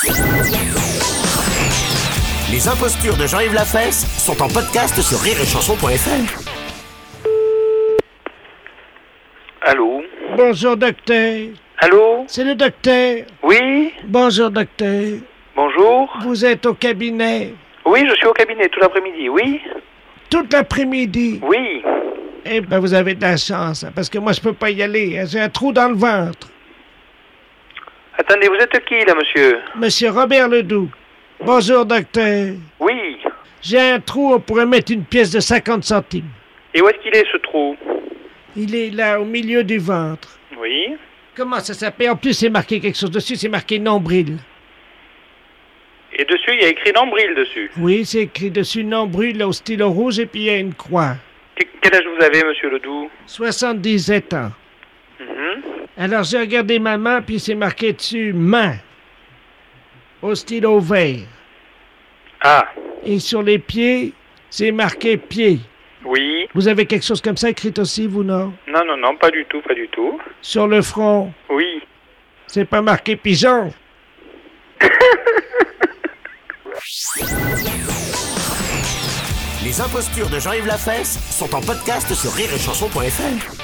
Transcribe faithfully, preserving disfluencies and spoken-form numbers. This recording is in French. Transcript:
Les impostures de Jean-Yves Lafesse sont en podcast sur rire et chanson point f r. Allô? Bonjour, docteur. Allô? C'est le docteur. Oui? Bonjour, docteur. Bonjour? Vous êtes au cabinet Oui, je suis au cabinet tout l'après-midi, oui? toute l'après-midi. Oui. Eh ben, vous avez de la chance, hein, parce que moi, je peux pas y aller. hein. J'ai un trou dans le ventre. Attendez, vous êtes qui, là, monsieur? Monsieur Robert Ledoux. Bonjour, docteur. Oui. J'ai un trou, on pourrait mettre une pièce de cinquante centimes. Et où est-ce qu'il est, ce trou? Il est là, au milieu du ventre. Oui. Comment ça s'appelle? En plus, c'est marqué quelque chose dessus, c'est marqué nombril. Et dessus, il y a écrit nombril dessus. Oui, c'est écrit dessus nombril au stylo rouge et puis il y a une croix. Que- Quel âge vous avez, monsieur Ledoux? soixante-dix-sept ans. Mhm. Alors j'ai regardé ma main, puis c'est marqué dessus main, au stylo vert. Ah, Et sur les pieds, c'est marqué pied. oui. Vous avez quelque chose comme ça écrit aussi, vous, non? Non, non, non, pas du tout, pas du tout. Sur le front, Oui. c'est pas marqué pigeon. Les impostures de Jean-Yves Lafesse sont en podcast sur rire et chanson point f r.